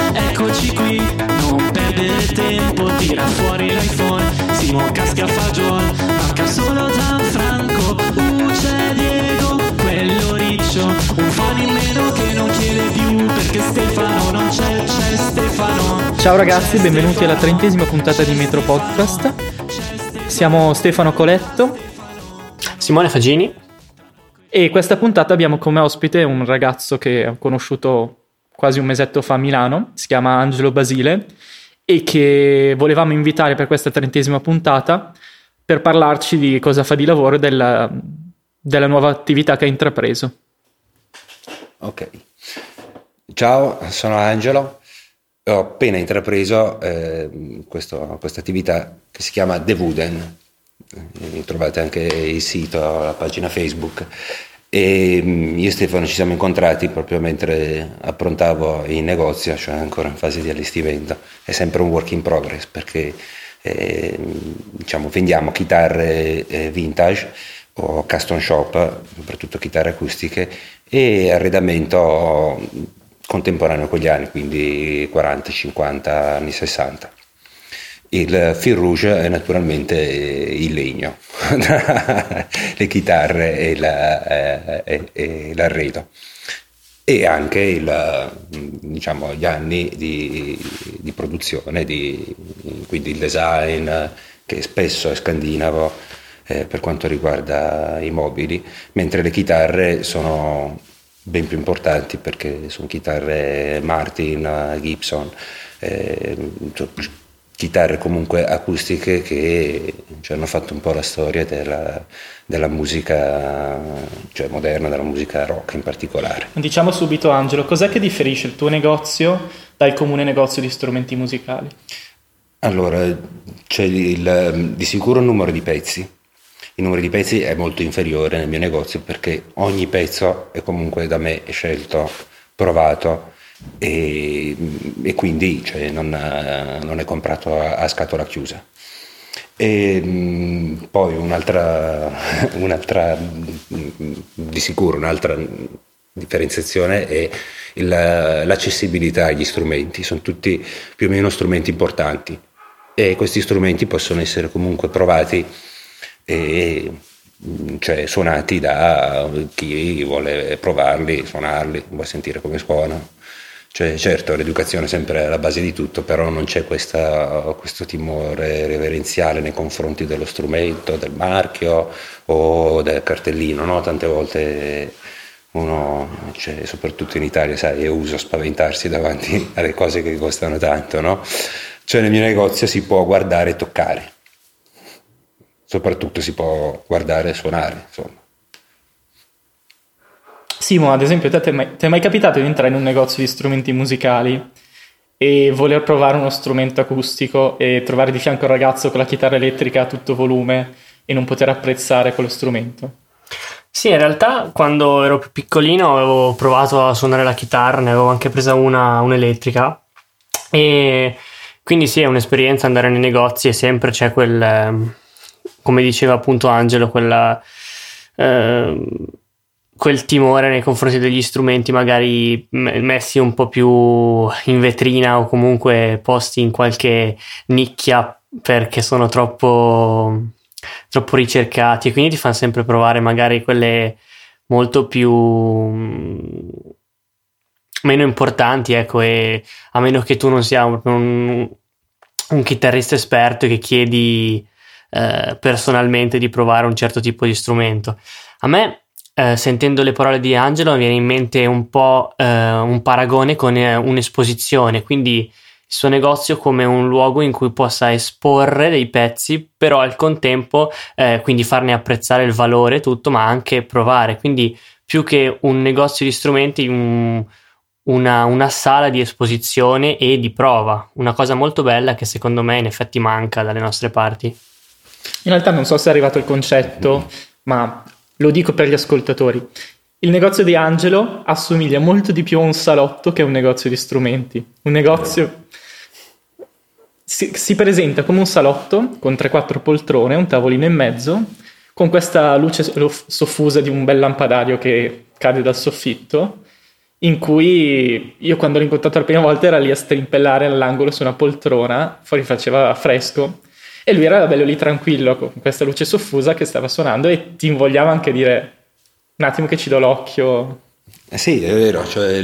eccoci qui, non perdere tempo, tira fuori l'iPhone, Simo casca fagioli, manca solo Gianfranco, c'è Diego, quello riccio, un fan in meno che non chiede più, perché Stefano non c'è Stefano. Ciao ragazzi, benvenuti alla 30ª puntata di Metro Podcast. Siamo Stefano Coletto, Simone Fagini, e questa puntata abbiamo come ospite un ragazzo che ho conosciuto quasi un mesetto fa a Milano, si chiama Angelo Basile, e che volevamo invitare per questa 30ª puntata per parlarci di cosa fa di lavoro e della nuova attività che ha intrapreso. Ok, ciao, sono Angelo, ho appena intrapreso questa attività che si chiama The Wooden. Trovate anche il sito, la pagina Facebook, e io e Stefano ci siamo incontrati proprio mentre approntavo il negozio, cioè ancora in fase di allestimento. È sempre un work in progress perché vendiamo chitarre vintage o custom shop, soprattutto chitarre acustiche, e arredamento contemporaneo con gli anni, quindi 40, 50, anni 60. Il fil rouge è naturalmente il legno, le chitarre e l'arredo, e anche gli anni di produzione, quindi il design, che spesso è scandinavo per quanto riguarda i mobili, mentre le chitarre sono ben più importanti perché sono chitarre Martin, Gibson, chitarre comunque acustiche che ci hanno fatto un po' la storia della musica, cioè moderna, della musica rock in particolare. Diciamo subito, Angelo, cos'è che differisce il tuo negozio dal comune negozio di strumenti musicali? Allora, c'è di sicuro il numero di pezzi. Il numero di pezzi è molto inferiore nel mio negozio perché ogni pezzo è comunque da me scelto, provato, e quindi non è comprato a scatola chiusa. E poi un'altra di sicuro un'altra differenziazione è l'accessibilità agli strumenti. Sono tutti più o meno strumenti importanti e questi strumenti possono essere comunque provati e cioè suonati da chi vuole provarli, suonarli, vuole sentire come suonano. Cioè, certo, l'educazione è sempre alla base di tutto, però non c'è questo timore reverenziale nei confronti dello strumento, del marchio o del cartellino, no? Tante volte uno, cioè, soprattutto in Italia, sai, è uso spaventarsi davanti alle cose che costano tanto, no? Cioè, nel mio negozio si può guardare e toccare, soprattutto si può guardare e suonare, insomma. Simo, ad esempio, ti è mai capitato di entrare in un negozio di strumenti musicali e voler provare uno strumento acustico e trovare di fianco un ragazzo con la chitarra elettrica a tutto volume e non poter apprezzare quello strumento? Sì, in realtà quando ero più piccolino avevo provato a suonare la chitarra, ne avevo anche presa un'elettrica, e quindi sì, è un'esperienza andare nei negozi e sempre c'è quel, come diceva appunto Angelo, quel timore nei confronti degli strumenti magari messi un po' più in vetrina o comunque posti in qualche nicchia perché sono troppo ricercati, e quindi ti fanno sempre provare magari quelle molto più meno importanti, ecco, e a meno che tu non sia un chitarrista esperto e che chiedi personalmente di provare un certo tipo di strumento. A me sentendo le parole di Angelo mi viene in mente un po' un paragone con un'esposizione, quindi il suo negozio come un luogo in cui possa esporre dei pezzi, però al contempo quindi farne apprezzare il valore tutto, ma anche provare, quindi più che un negozio di strumenti una sala di esposizione e di prova, una cosa molto bella che secondo me in effetti manca dalle nostre parti. In realtà non so se è arrivato il concetto, ma lo dico per gli ascoltatori. Il negozio di Angelo assomiglia molto di più a un salotto che a un negozio di strumenti. Un negozio si presenta come un salotto con 3-4 poltrone, un tavolino in mezzo, con questa luce soffusa di un bel lampadario che cade dal soffitto, in cui io quando l'ho incontrato la prima volta era lì a strimpellare all'angolo su una poltrona, fuori faceva fresco, e lui era bello lì tranquillo con questa luce soffusa che stava suonando e ti invogliava anche a dire un attimo che ci do l'occhio. Sì, è vero,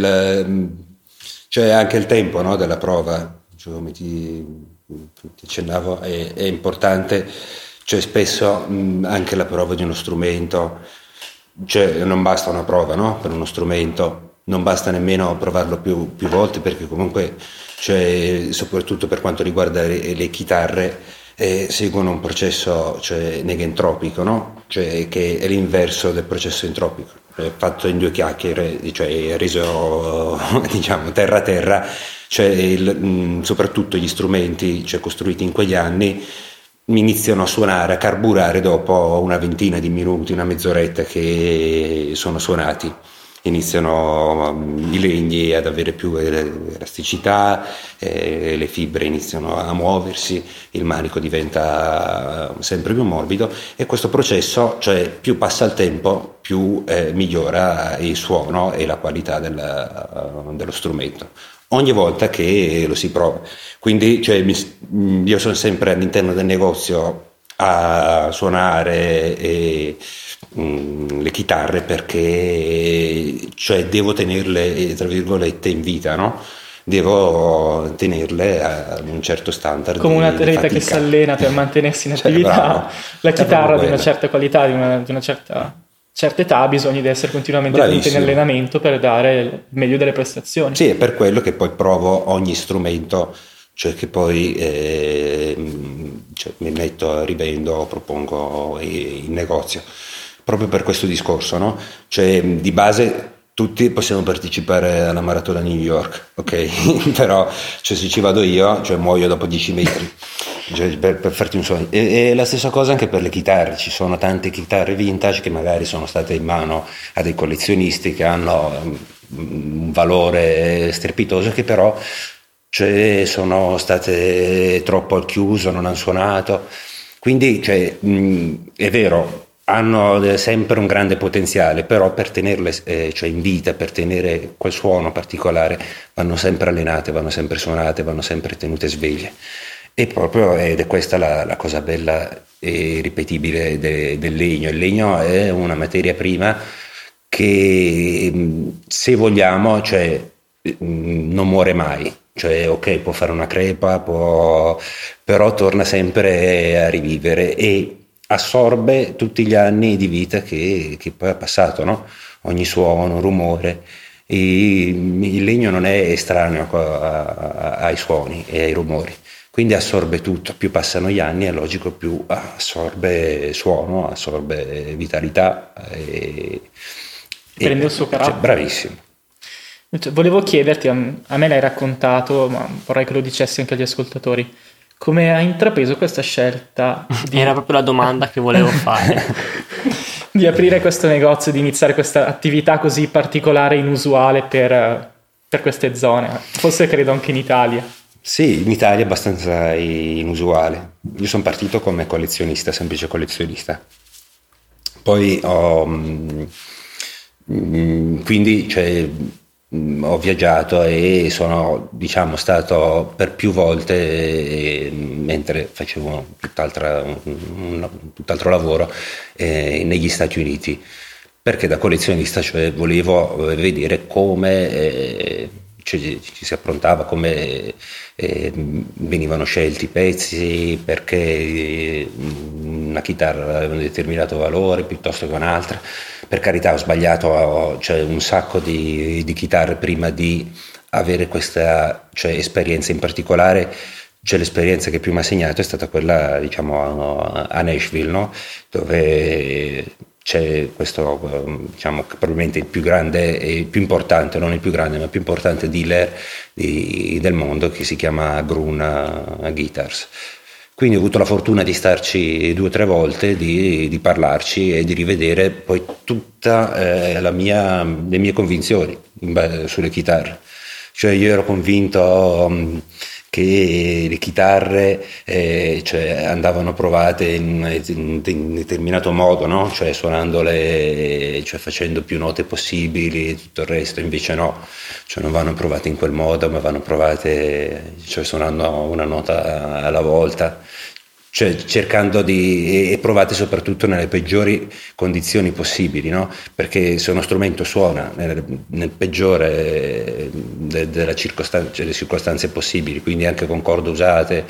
cioè anche il tempo, no, della prova, cioè, come ti accennavo, è importante, cioè spesso anche la prova di uno strumento, cioè non basta una prova, no, per uno strumento, non basta nemmeno provarlo più volte, perché comunque, cioè, soprattutto per quanto riguarda le chitarre, seguono un processo, cioè, negentropico, no? Cioè, che è l'inverso del processo entropico, fatto in due chiacchiere, cioè reso diciamo terra, cioè soprattutto gli strumenti, cioè, costruiti in quegli anni iniziano a suonare, a carburare dopo una ventina di minuti, una mezz'oretta che sono suonati. Iniziano i legni ad avere più elasticità, le fibre iniziano a muoversi, il manico diventa sempre più morbido, e questo processo, cioè, più passa il tempo, più migliora il suono e la qualità dello strumento ogni volta che lo si prova. Quindi, cioè, io sono sempre all'interno del negozio a suonare le chitarre, perché, cioè, devo tenerle, tra virgolette, in vita, no? Devo tenerle a un certo standard, come un atleta che si allena per mantenersi in attività. Bravo. La chitarra di una certa qualità, di una certa età, ha bisogno di essere continuamente tenuta in allenamento per dare il meglio delle prestazioni. Sì, è per quello che poi provo ogni strumento, cioè che poi cioè, mi metto, rivendo, propongo in negozio, proprio per questo discorso, no? Cioè, di base tutti possiamo partecipare alla maratona New York, ok? Però, cioè, se ci vado io, cioè, muoio dopo 10 metri, cioè, per farti un sogno. E la stessa cosa anche per le chitarre. Ci sono tante chitarre vintage che magari sono state in mano a dei collezionisti che hanno un valore strepitoso, che però, cioè, sono state troppo al chiuso, non hanno suonato. Quindi, cioè, è vero, hanno sempre un grande potenziale, però per tenerle cioè in vita, per tenere quel suono particolare, vanno sempre allenate, vanno sempre suonate, vanno sempre tenute sveglie. Ed è questa la cosa bella e ripetibile del legno. Il legno è una materia prima che, se vogliamo, cioè, non muore mai. Cioè, ok, può fare una crepa, però torna sempre a rivivere e assorbe tutti gli anni di vita che poi ha passato, no? Ogni suono, rumore. Il legno non è estraneo ai suoni e ai rumori, quindi assorbe tutto. Più passano gli anni, è logico, più assorbe suono, assorbe vitalità prende il suo carattere. Cioè, bravissimo. Volevo chiederti, a me l'hai raccontato, ma vorrei che lo dicessi anche agli ascoltatori, come hai intrapreso questa scelta Era proprio la domanda che volevo fare. di aprire questo negozio, di iniziare questa attività così particolare, inusuale per queste zone, forse credo anche in Italia. Sì, in Italia è abbastanza inusuale. Io sono partito come collezionista, semplice collezionista. Poi quindi, cioè, ho viaggiato e sono, diciamo, stato per più volte, mentre facevo tutt'altro lavoro, negli Stati Uniti, perché da collezionista, cioè, volevo vedere come cioè, ci si approntava, come venivano scelti i pezzi, perché una chitarra aveva un determinato valore piuttosto che un'altra. Per carità, ho sbagliato, cioè, un sacco di chitarre prima di avere questa, cioè, esperienza in particolare. Cioè, l'esperienza che più mi ha segnato è stata quella, diciamo, a Nashville, no? Dove c'è questo, diciamo, probabilmente il più grande e il più importante, non il più grande, ma il più importante dealer del mondo, che si chiama Gruhn Guitars. Quindi ho avuto la fortuna di starci 2 o 3 volte, di parlarci e di rivedere poi tutta le mie convinzioni sulle chitarre. Cioè, io ero convinto che le chitarre cioè andavano provate in un determinato modo, no? Cioè suonandole, cioè facendo più note possibili e tutto il resto, invece no, cioè non vanno provate in quel modo, ma vanno provate, cioè suonando una nota alla volta, cioè cercando e provate soprattutto nelle peggiori condizioni possibili, no? Perché se uno strumento suona nel peggiore delle circostanze possibili, quindi anche con corde usate,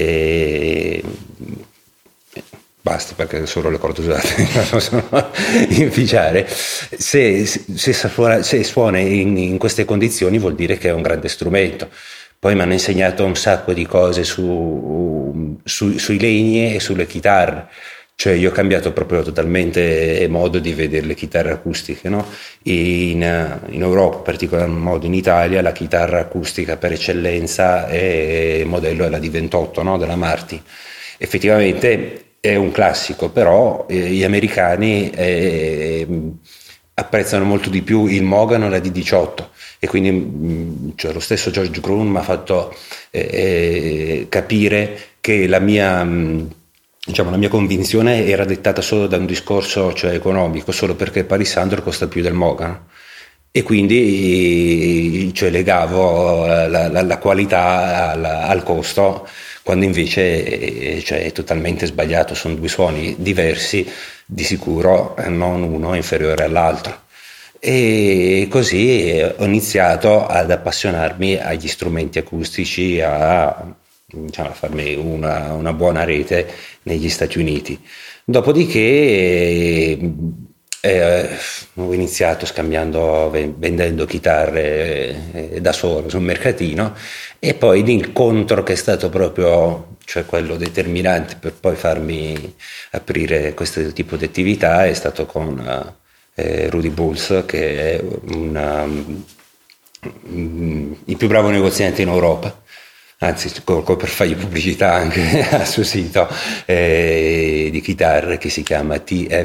basta, perché solo le corde usate non possono inficiare, se suona in queste condizioni vuol dire che è un grande strumento. Poi mi hanno insegnato un sacco di cose sui legni e sulle chitarre, cioè io ho cambiato proprio totalmente modo di vedere le chitarre acustiche, no? In Europa, in particolar modo in Italia, la chitarra acustica per eccellenza il modello è la D28, no? Della Martin. Effettivamente è un classico, però gli americani apprezzano molto di più il Mogan o la D18, e quindi cioè, lo stesso George Gruen mi ha fatto capire che la mia convinzione era dettata solo da un discorso, cioè, economico, solo perché Palisandro costa più del Mogan, e quindi cioè, legavo la qualità al costo, quando invece cioè, è totalmente sbagliato, sono due suoni diversi, di sicuro non uno inferiore all'altro. E così ho iniziato ad appassionarmi agli strumenti acustici, a farmi una buona rete negli Stati Uniti. Dopodiché ho iniziato vendendo chitarre da solo sul mercatino, e poi l'incontro che è stato proprio, cioè quello determinante per poi farmi aprire questo tipo di attività, è stato con Rudy Bulls, che è il più bravo negoziante in Europa, anzi per fargli pubblicità anche al suo sito di chitarre, che si chiama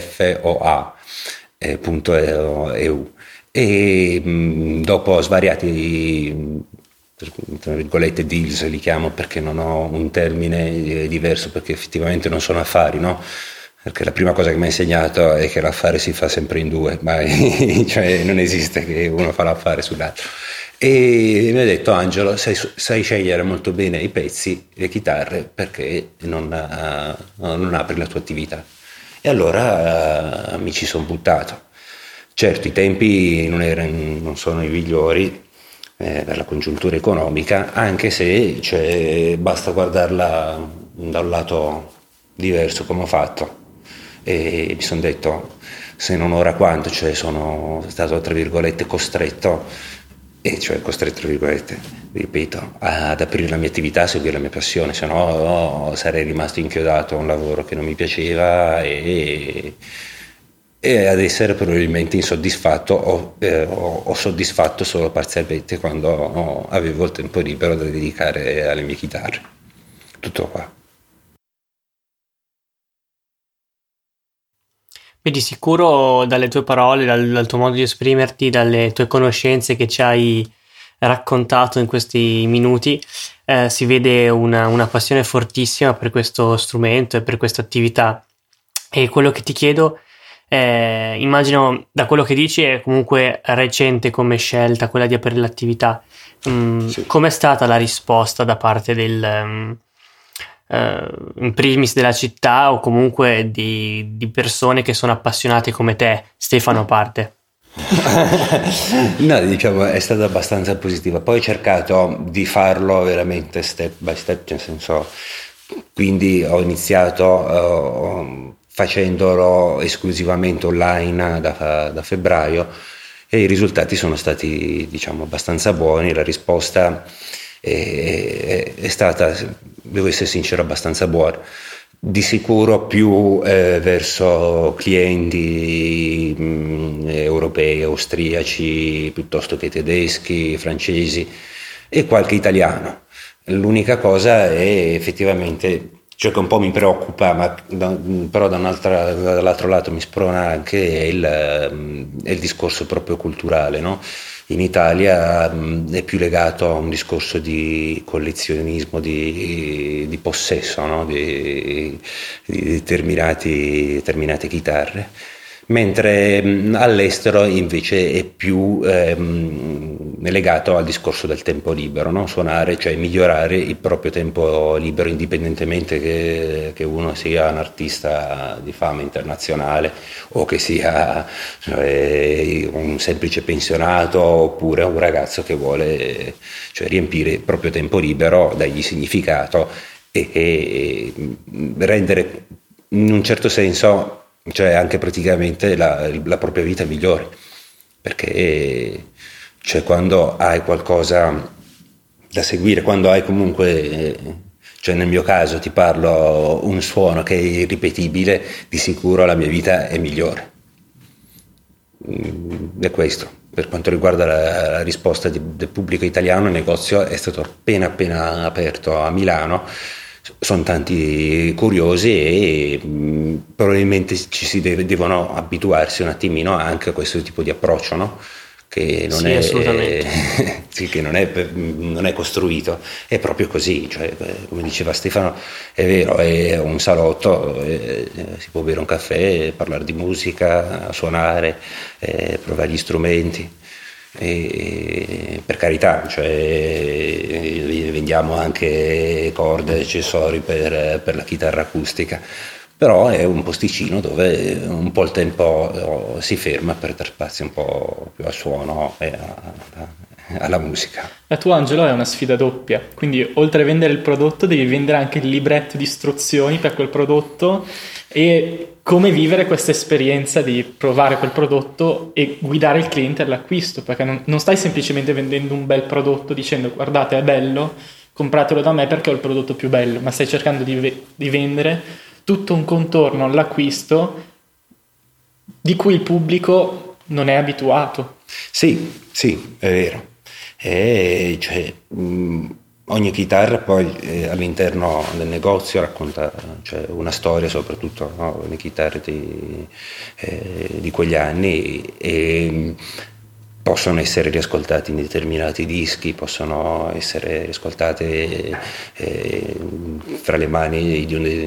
tfoa.eu, e dopo svariati, tra virgolette, deals li chiamo, perché non ho un termine diverso, perché effettivamente non sono affari, no? Perché la prima cosa che mi ha insegnato è che l'affare si fa sempre in due, cioè non esiste che uno fa l'affare sull'altro. E mi ha detto: Angelo, sai scegliere molto bene i pezzi, le chitarre, perché non apri la tua attività. E allora mi ci sono buttato. Certo, i tempi non sono i migliori per la congiuntura economica, anche se cioè, basta guardarla da un lato diverso, come ho fatto. E mi sono detto, se non ora quando, cioè sono stato tra virgolette costretto, e cioè costretto tra virgolette, ripeto, ad aprire la mia attività, a seguire la mia passione, se no sarei rimasto inchiodato a un lavoro che non mi piaceva e ad essere probabilmente insoddisfatto o soddisfatto solo parzialmente quando avevo il tempo libero da dedicare alle mie chitarre. Tutto qua. E di sicuro dalle tue parole, dal tuo modo di esprimerti, dalle tue conoscenze che ci hai raccontato in questi minuti, si vede una passione fortissima per questo strumento e per questa attività. E quello che ti chiedo, immagino da quello che dici è comunque recente come scelta quella di aprire l'attività. Sì. Com'è stata la risposta da parte in primis della città, o comunque di persone che sono appassionate come te, Stefano a parte? No, diciamo è stata abbastanza positiva. Poi ho cercato di farlo veramente step by step, nel senso, quindi ho iniziato facendolo esclusivamente online da febbraio, e i risultati sono stati, diciamo, abbastanza buoni. La risposta è stata, devo essere sincero, abbastanza buona. Di sicuro più verso clienti europei, austriaci, piuttosto che tedeschi, francesi e qualche italiano. L'unica cosa è effettivamente, cioè che un po' mi preoccupa, ma però dall'altro lato mi sprona anche, è il discorso proprio culturale, no? In Italia è più legato a un discorso di collezionismo, di possesso, no? di determinate chitarre, mentre all'estero invece è più legato al discorso del tempo libero, no? Suonare, cioè migliorare il proprio tempo libero, indipendentemente che uno sia un artista di fama internazionale o che sia un semplice pensionato oppure un ragazzo che vuole, cioè, riempire il proprio tempo libero, dargli significato e rendere in un certo senso, cioè, anche praticamente la propria vita migliore, perché cioè, quando hai qualcosa da seguire, quando hai comunque, cioè nel mio caso ti parlo, un suono che è irripetibile, di sicuro la mia vita è migliore. È questo. Per quanto riguarda la risposta del pubblico italiano, il negozio è stato appena aperto a Milano. Sono tanti curiosi e probabilmente devono abituarsi un attimino anche a questo tipo di approccio, no? Che non sì, è assolutamente. sì, che non è costruito, è proprio così, cioè, come diceva Stefano, è vero, è un salotto, si può bere un caffè, parlare di musica, suonare, provare gli strumenti. E per carità, cioè, vendiamo anche corde, accessori per la chitarra acustica, però è un posticino dove un po' il tempo si ferma per dar spazio un po' più al suono e alla musica. La tua, Angelo, è una sfida doppia, quindi oltre a vendere il prodotto devi vendere anche il libretto di istruzioni per quel prodotto e come vivere questa esperienza di provare quel prodotto e guidare il cliente all'acquisto, perché non stai semplicemente vendendo un bel prodotto dicendo guardate è bello, compratelo da me perché ho il prodotto più bello, ma stai cercando di vendere tutto un contorno all'acquisto di cui il pubblico non è abituato. Sì, è vero. Cioè, ogni chitarra poi all'interno del negozio racconta, cioè, una storia, soprattutto, no? Le chitarre di quegli anni, e possono essere riascoltate in determinati dischi, possono essere riascoltate fra le mani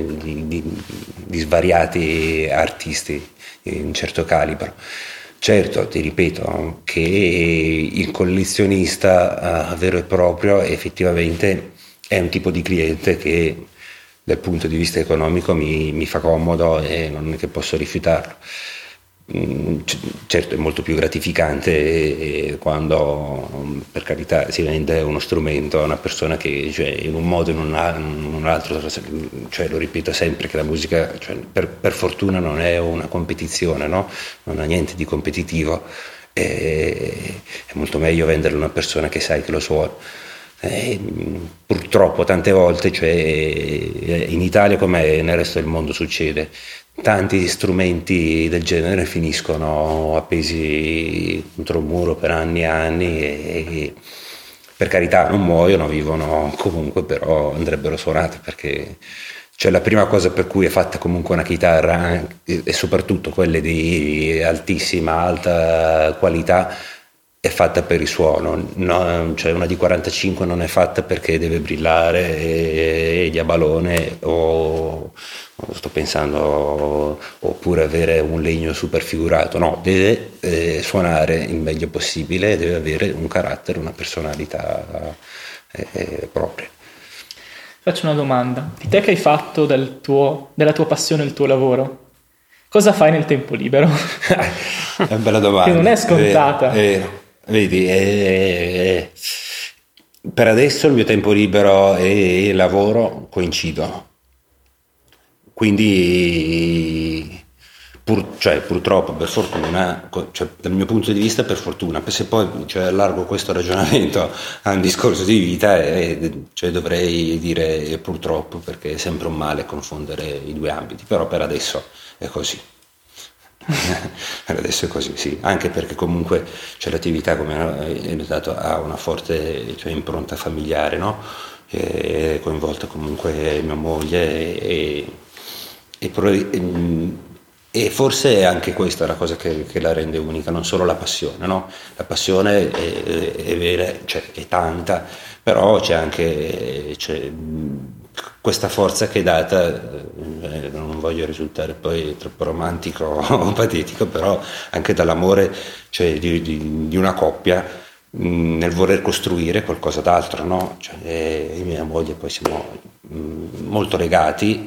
di svariati artisti di un certo calibro. Certo, ti ripeto che il collezionista vero e proprio effettivamente è un tipo di cliente che dal punto di vista economico mi fa comodo e non è che posso rifiutarlo. Certo, è molto più gratificante quando, per carità, si vende uno strumento a una persona che, cioè, in un modo o in un altro, cioè, lo ripeto sempre che la musica, cioè, per fortuna non è una competizione, no? Non ha niente di competitivo, è molto meglio venderlo a una persona che sai che lo suona. Purtroppo tante volte, cioè, in Italia come nel resto del mondo succede, tanti strumenti del genere finiscono appesi contro un muro per anni e anni e per carità non muoiono, vivono comunque, però andrebbero suonate, perché, cioè, la prima cosa per cui è fatta comunque una chitarra, e soprattutto quelle di alta qualità, è fatta per il suono, no? Cioè una di 45 non è fatta perché deve brillare e diabalone o sto pensando, oppure avere un legno super figurato, no, deve suonare il meglio possibile, deve avere un carattere, una personalità propria. Faccio una domanda, di te che hai fatto della tua passione il tuo lavoro, cosa fai nel tempo libero? È una bella domanda. Che non è scontata. Vedi, per adesso il mio tempo libero e il lavoro coincidono, quindi purtroppo, per fortuna, cioè, dal mio punto di vista per fortuna, se poi, cioè, allargo questo ragionamento a un discorso di vita, cioè, dovrei dire purtroppo, perché è sempre un male confondere i due ambiti, però per adesso è così. Per adesso è così, sì, anche perché comunque, cioè, l'attività, come hai notato, ha una forte, cioè, impronta familiare, no? È coinvolta comunque mia moglie E forse è anche questa la cosa che la rende unica, non solo la passione, no? La passione è vera, cioè è tanta, però c'è anche questa forza che è data, non voglio risultare poi troppo romantico o patetico, però anche dall'amore, cioè, di una coppia nel voler costruire qualcosa d'altro, no? Cioè, io e mia moglie poi siamo molto legati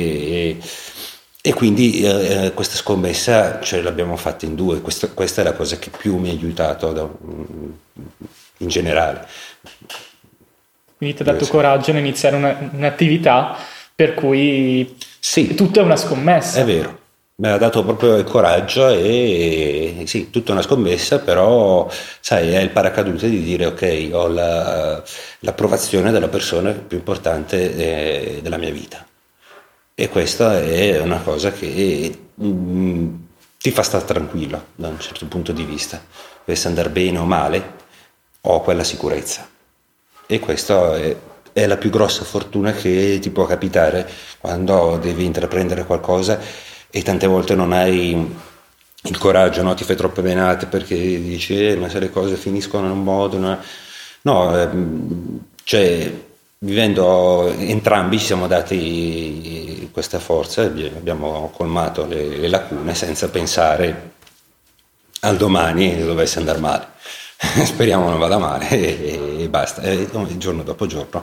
e quindi questa scommessa l'abbiamo fatta in due. Questa è la cosa che più mi ha aiutato in generale. Quindi ti ha dato coraggio nell'iniziare un'attività per cui sì, tutto è una scommessa. È vero, mi ha dato proprio il coraggio e sì, tutta una scommessa, però sai, è il paracadute di dire ok, ho l'approvazione della persona più importante della mia vita. E questa è una cosa che ti fa stare tranquillo da un certo punto di vista. Dovesse andare bene o male, ho quella sicurezza. E questa è la più grossa fortuna che ti può capitare quando devi intraprendere qualcosa e tante volte non hai il coraggio, no? Ti fai troppe venate perché dici ma se le cose finiscono in un modo... No, cioè... Vivendo entrambi ci siamo dati questa forza, abbiamo colmato le lacune senza pensare al domani dovesse andare male. Speriamo non vada male e basta. E giorno dopo giorno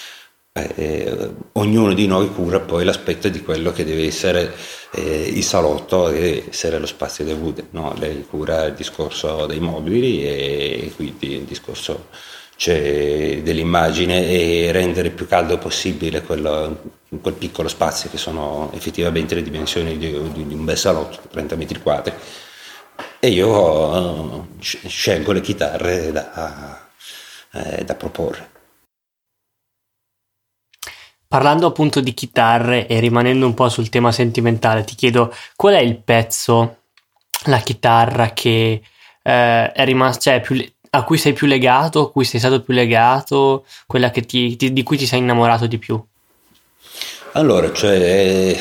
ognuno di noi cura poi l'aspetto di quello che deve essere il salotto e essere lo spazio dei Wood, no? Lei cura il discorso dei mobili e quindi il discorso dell'immagine e rendere il più caldo possibile quel piccolo spazio che sono effettivamente le dimensioni di un bel salotto, 30 metri quadri, e io scelgo le chitarre da proporre. Parlando appunto di chitarre e rimanendo un po' sul tema sentimentale, ti chiedo qual è il pezzo, la chitarra che è rimasta, cioè a cui sei più legato, a cui sei stato più legato, quella che di cui ti sei innamorato di più? Allora, è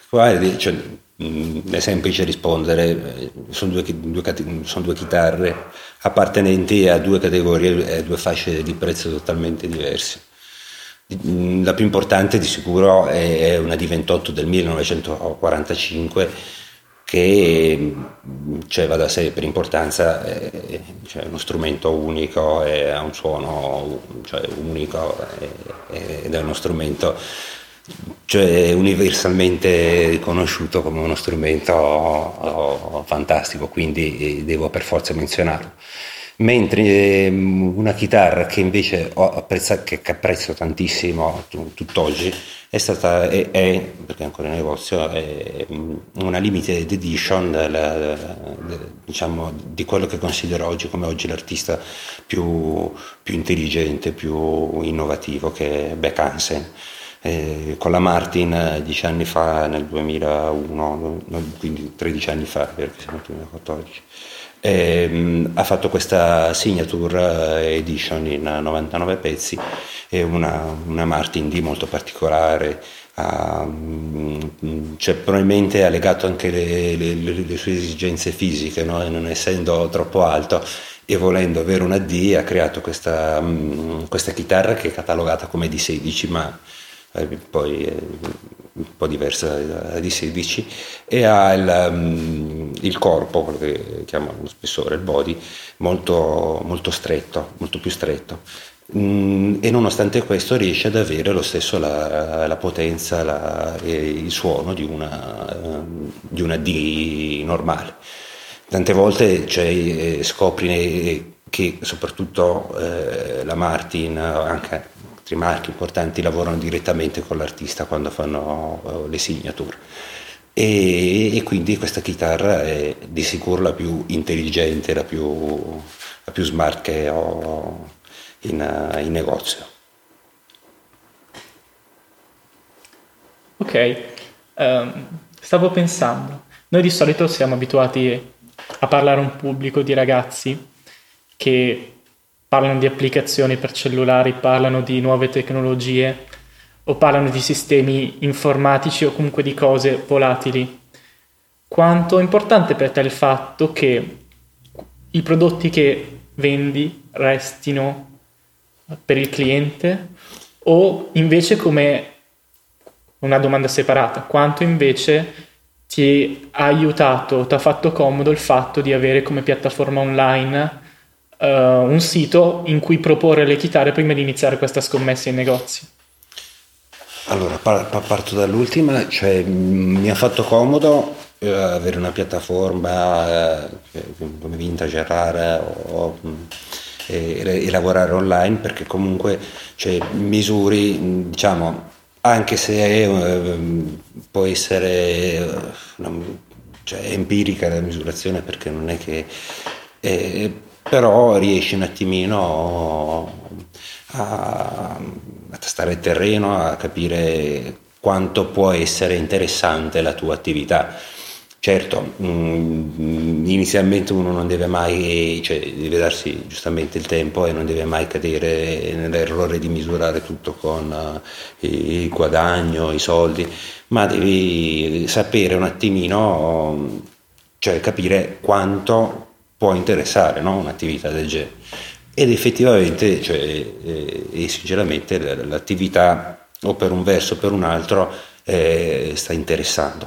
semplice rispondere, sono due chitarre appartenenti a due categorie e due fasce di prezzo totalmente diverse. La più importante di sicuro è una di 28 del 1945 che va da sé per importanza, è uno strumento unico, ha un suono unico ed è uno strumento universalmente riconosciuto come uno strumento fantastico, quindi devo per forza menzionarlo. Mentre una chitarra che invece che apprezzo tantissimo tutt'oggi è perché è ancora in negozio, è una limited edition diciamo di quello che considero oggi l'artista più intelligente, più innovativo, che è Beck Hansen. Con la Martin 10 anni fa, nel 2001, quindi 13 anni fa, perché siamo nel 2014, ha fatto questa signature edition in 99 pezzi, è una Martin D molto particolare, probabilmente ha legato anche le sue esigenze fisiche, no? Non essendo troppo alto e volendo avere una D, ha creato questa chitarra che è catalogata come D16, ma poi è un po' diversa da D16, e ha il corpo, quello che chiamano lo spessore, il body, molto, molto stretto, molto più stretto, e nonostante questo riesce ad avere lo stesso la potenza e il suono di una D normale. Tante volte scopri che soprattutto la Martin, anche altri marchi importanti, lavorano direttamente con l'artista quando fanno le signature, e quindi questa chitarra è di sicuro la più intelligente, la più smart che ho in negozio. Ok, stavo pensando, noi di solito siamo abituati a parlare a un pubblico di ragazzi che parlano di applicazioni per cellulari, parlano di nuove tecnologie o parlano di sistemi informatici o comunque di cose volatili. quanto è importante per te il fatto che i prodotti che vendi restino per il cliente, o invece, come una domanda separata, quanto invece ti ha aiutato, ti ha fatto comodo il fatto di avere come piattaforma online un sito in cui proporre le chitarre prima di iniziare questa scommessa in negozi? Allora, parto dall'ultima, cioè mi ha fatto comodo avere una piattaforma come Vintage Rare e lavorare online, perché comunque cioè, misuri, diciamo, anche se può essere cioè, empirica la misurazione, perché non è che però riesci un attimino a tastare il terreno, a capire quanto può essere interessante la tua attività. Certo, inizialmente uno non deve mai, cioè deve darsi giustamente il tempo e non deve mai cadere nell'errore di misurare tutto con il guadagno, i soldi, ma devi sapere un attimino, cioè capire quanto può interessare, no? Un'attività del genere. Ed effettivamente, cioè, e sinceramente l'attività, o per un verso o per un altro, sta interessando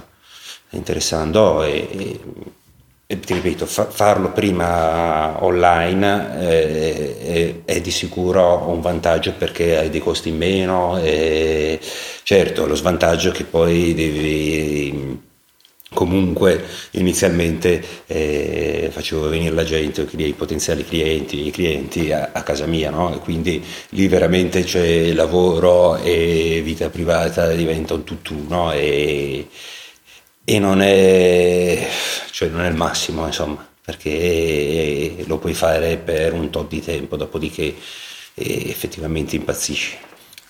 e ti ripeto, farlo prima online è di sicuro un vantaggio, perché hai dei costi in meno, e certo lo svantaggio è che poi devi comunque inizialmente facevo venire la gente, i potenziali clienti, i clienti a casa mia, no? E quindi lì veramente c'è lavoro e vita privata diventa un tutt'uno, e non è il massimo, insomma, perché lo puoi fare per un tot di tempo, dopodiché effettivamente impazzisci.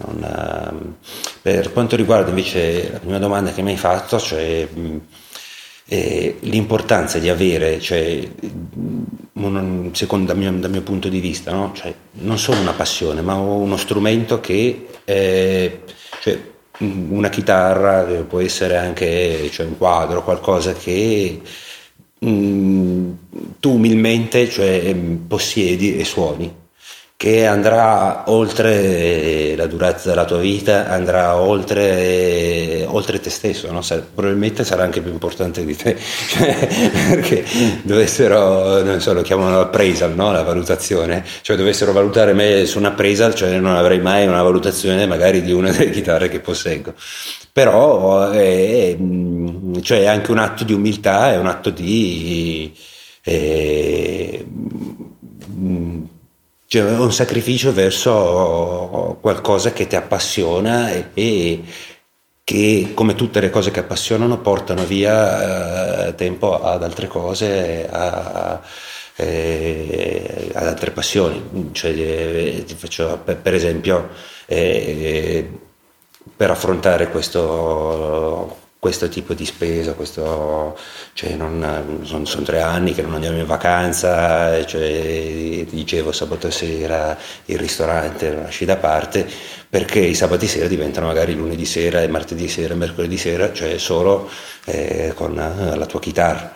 Per quanto riguarda invece la prima domanda che mi hai fatto, cioè l'importanza di avere, cioè, secondo dal mio punto di vista, no? Cioè, non solo una passione, ma uno strumento che cioè, una chitarra può essere anche, cioè, un quadro, qualcosa che tu umilmente, cioè, possiedi e suoni, che andrà oltre la durata della tua vita, andrà oltre te stesso, no? Probabilmente sarà anche più importante di te, cioè, perché dovessero, non so, lo chiamano appraisal, no? La valutazione, cioè dovessero valutare me su un appraisal, cioè non avrei mai una valutazione magari di una delle chitarre che posseggo. Però cioè è anche un atto di umiltà, è un atto di cioè un sacrificio verso qualcosa che ti appassiona e che, come tutte le cose che appassionano, portano via tempo ad altre cose, ad altre passioni. Cioè, ti faccio per esempio, per affrontare questo tipo di spesa, cioè sono 3 anni che non andiamo in vacanza, cioè, dicevo, sabato sera il ristorante lo lasci da parte, perché i sabati sera diventano magari lunedì sera e martedì sera e mercoledì sera, cioè solo con la tua chitarra.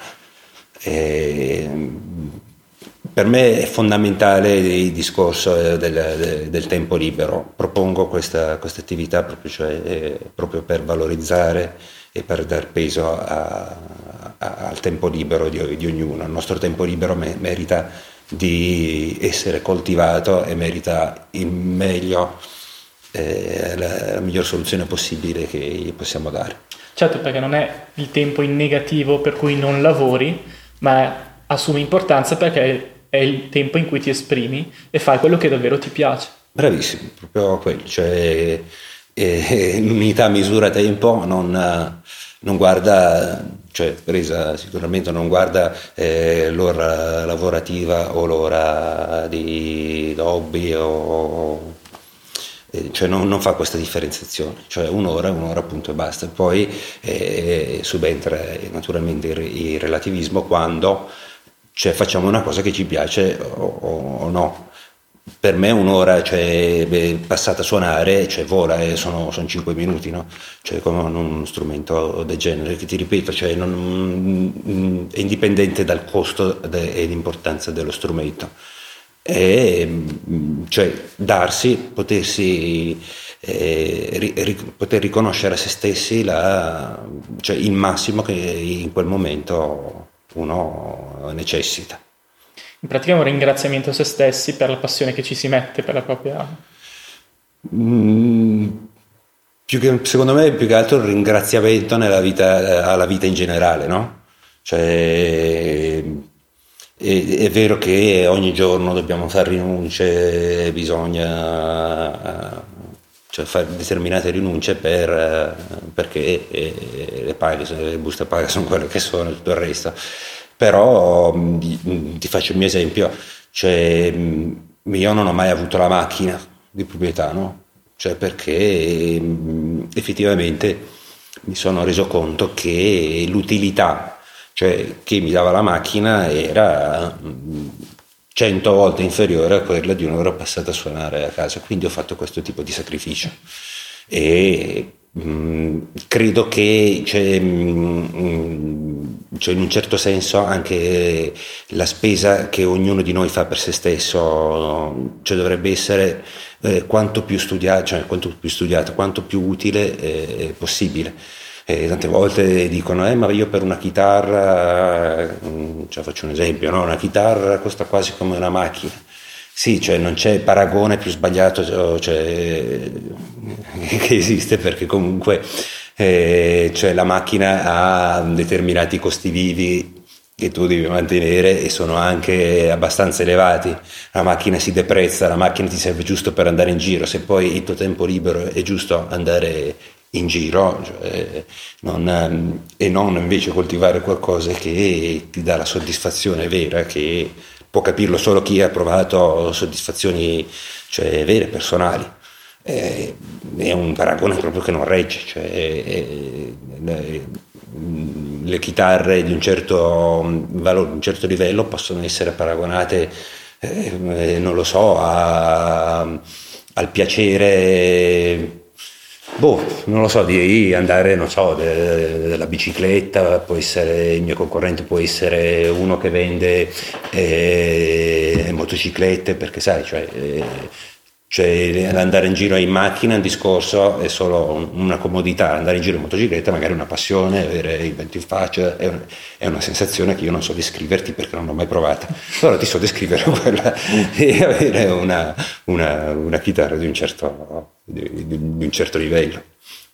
Per me è fondamentale il discorso del tempo libero. Propongo questa attività proprio, cioè, proprio per valorizzare e per dar peso al tempo libero di ognuno. Il nostro tempo libero merita di essere coltivato e merita il meglio, la miglior soluzione possibile che gli possiamo dare. Certo, perché non è il tempo in negativo per cui non lavori, ma assume importanza perché è il tempo in cui ti esprimi e fai quello che davvero ti piace. Bravissimo, proprio quello, cioè l'unità misura tempo non guarda, cioè presa sicuramente non guarda l'ora lavorativa o l'ora di hobby, cioè non fa questa differenziazione, cioè un'ora appunto e basta. Poi subentra naturalmente il relativismo quando, cioè, facciamo una cosa che ci piace o no. per me un'ora, cioè, passata a suonare, cioè, vola, sono 5 minuti, no? Cioè, come uno strumento del genere, che ti ripeto, cioè, è indipendente dal costo e l'importanza dello strumento. E cioè potersi poter riconoscere a se stessi cioè il massimo che in quel momento uno necessita. In pratica è un ringraziamento a se stessi per la passione che ci si mette per la propria... Secondo me più che altro il ringraziamento alla vita in generale, no? Cioè, è vero che ogni giorno dobbiamo fare rinunce, bisogna fare determinate rinunce perché le buste paga sono quelle che sono e tutto il resto. Però ti faccio il mio esempio, cioè, io non ho mai avuto la macchina di proprietà, no? Cioè, perché effettivamente mi sono reso conto che l'utilità, cioè, che mi dava la macchina era 100 volte inferiore a quella di un'ora passata a suonare a casa, quindi ho fatto questo tipo di sacrificio e credo che in un certo senso anche la spesa che ognuno di noi fa per se stesso, cioè, dovrebbe essere quanto più studiato, quanto più utile possibile. Tante volte dicono ma io per una chitarra, faccio un esempio, no? Una chitarra costa quasi come una macchina. Sì, cioè non c'è paragone più sbagliato che esiste, perché comunque la macchina ha determinati costi vivi che tu devi mantenere e sono anche abbastanza elevati. La macchina si deprezza, la macchina ti serve giusto per andare in giro, se poi il tuo tempo libero è giusto andare in giro, e non invece coltivare qualcosa che ti dà la soddisfazione vera, che può capirlo solo chi ha provato soddisfazioni, cioè, vere, personali. È un paragone proprio che non regge, le chitarre di un certo valore, di un certo livello possono essere paragonate non lo so al piacere, non lo so, di andare, non so, della bicicletta. Può essere, il mio concorrente può essere uno che vende motociclette, perché sai, cioè andare in giro in macchina, un discorso è solo una comodità, andare in giro in motocicletta magari è una passione, avere il vento in faccia è una sensazione che io non so descriverti perché non l'ho mai provata, però ti so descrivere quella e avere una chitarra di un certo livello.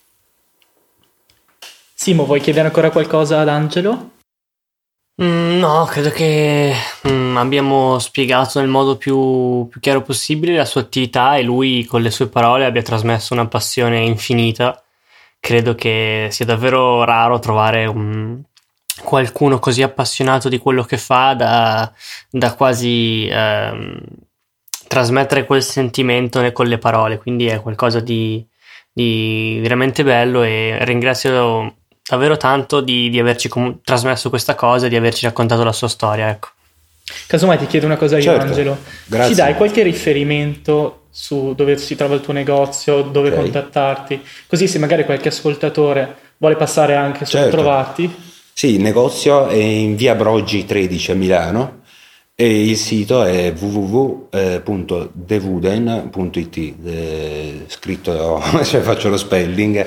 Simo, vuoi chiedere ancora qualcosa ad Angelo? No, credo che abbiamo spiegato nel modo più chiaro possibile la sua attività e lui con le sue parole abbia trasmesso una passione infinita. Credo che sia davvero raro trovare qualcuno così appassionato di quello che fa da quasi trasmettere quel sentimento con le parole, quindi è qualcosa di veramente bello e ringrazio davvero tanto di averci trasmesso questa cosa e di averci raccontato la sua storia, ecco. Casomai ti chiedo una cosa io, certo, Angelo. grazie. Ci dai qualche riferimento su dove si trova il tuo negozio, dove contattarti? Così se magari qualche ascoltatore vuole passare anche su trovarti. Sì, il negozio è in via Broggi 13 a Milano e il sito è www.devuden.it, scritto, cioè faccio lo spelling,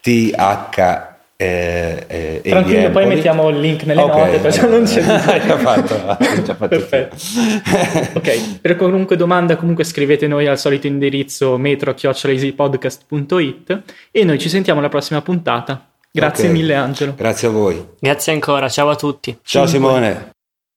tranquillo, poi mettiamo il link nelle note, perciò non c'è già fatto perfetto. Ok, per qualunque domanda comunque scrivete noi al solito indirizzo metro@easypodcast.it e noi ci sentiamo alla prossima puntata. Grazie mille, Angelo. Grazie a voi. Grazie ancora, ciao a tutti. Ciao Simone.